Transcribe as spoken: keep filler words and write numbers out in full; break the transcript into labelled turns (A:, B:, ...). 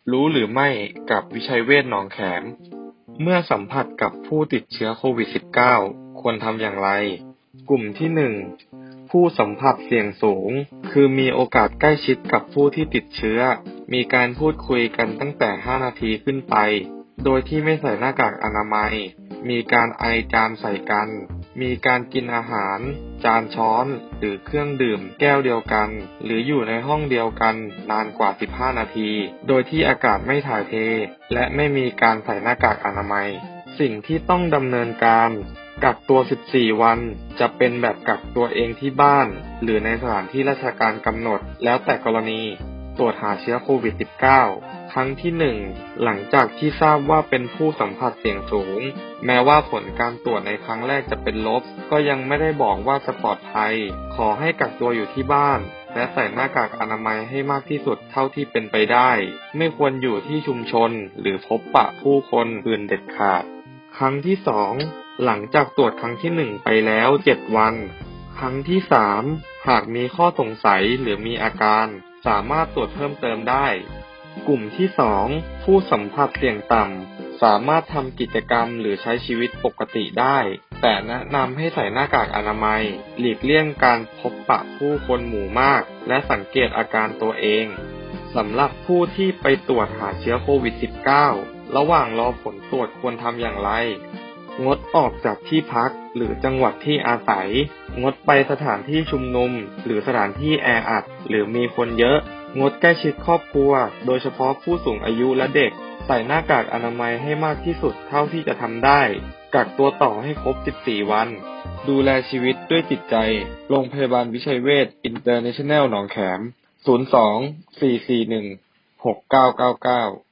A: รู้หรือไม่กับวิชัยเวชหนองแขมเมื่อสัมผัสกับผู้ติดเชื้อโควิด สิบเก้า ควรทำอย่างไรกลุ่มที่หนึ่งผู้สัมผัสเสี่ยงสูงคือมีโอกาสใกล้ชิดกับผู้ที่ติดเชื้อมีการพูดคุยกันตั้งแต่ห้านาทีขึ้นไปโดยที่ไม่ใส่หน้ากากอนามัยมีการไอจามใส่กันมีการกินอาหารจานช้อนหรือเครื่องดื่มแก้วเดียวกันหรืออยู่ในห้องเดียวกันนานกว่าสิบห้านาทีโดยที่อากาศไม่ถ่ายเทและไม่มีการใส่หน้ากากอนามัยสิ่งที่ต้องดำเนินการกักตัวสิบสี่วันจะเป็นแบบกักตัวเองที่บ้านหรือในสถานที่ราชการกำหนดแล้วแต่กรณีตรวจหาเชื้อโควิด สิบเก้า ครั้งที่หนึ่งหลังจากที่ทราบว่าเป็นผู้สัมผัสเสี่ยงสูงแม้ว่าผลการตรวจในครั้งแรกจะเป็นลบก็ยังไม่ได้บอกว่าจะปลอดภัยขอให้กักตัวอยู่ที่บ้านและใส่หน้ากากอนามัยให้มากที่สุดเท่าที่เป็นไปได้ไม่ควรอยู่ที่ชุมชนหรือพบปะผู้คนอื่นเด็ดขาดครั้งที่สองหลังจากตรวจครั้งที่หนึ่งไปแล้วเจ็ดวันครั้งที่สามหากมีข้อสงสัยหรือมีอาการสามารถตรวจเพิ่มเติมได้กลุ่มที่สองผู้สัมผัสเสี่ยงต่ำสามารถทำกิจกรรมหรือใช้ชีวิตปกติได้แต่แนะนำให้ใส่หน้ากากอนามัยหลีกเลี่ยงการพบปะผู้คนหมู่มากและสังเกตอาการตัวเองสำหรับผู้ที่ไปตรวจหาเชื้อโควิด สิบเก้า ระหว่างรอผลตรวจควรทำอย่างไรงดออกจากที่พักหรือจังหวัดที่อาศัยงดไปสถานที่ชุมนุมหรือสถานที่แออัดหรือมีคนเยอะงดใกล้ชิดครอบครัวโดยเฉพาะผู้สูงอายุและเด็กใส่หน้ากากอนามัยให้มากที่สุดเท่าที่จะทำได้กักตัวต่อให้ครบสิบสี่วันดูแลชีวิตด้วยจิตใจโรงพยาบาลวิชัยเวชอินเตอร์เนชั่นแนลหนองแขมศูนย์ สอง สี่ สี่ หนึ่ง หก เก้า เก้า เก้า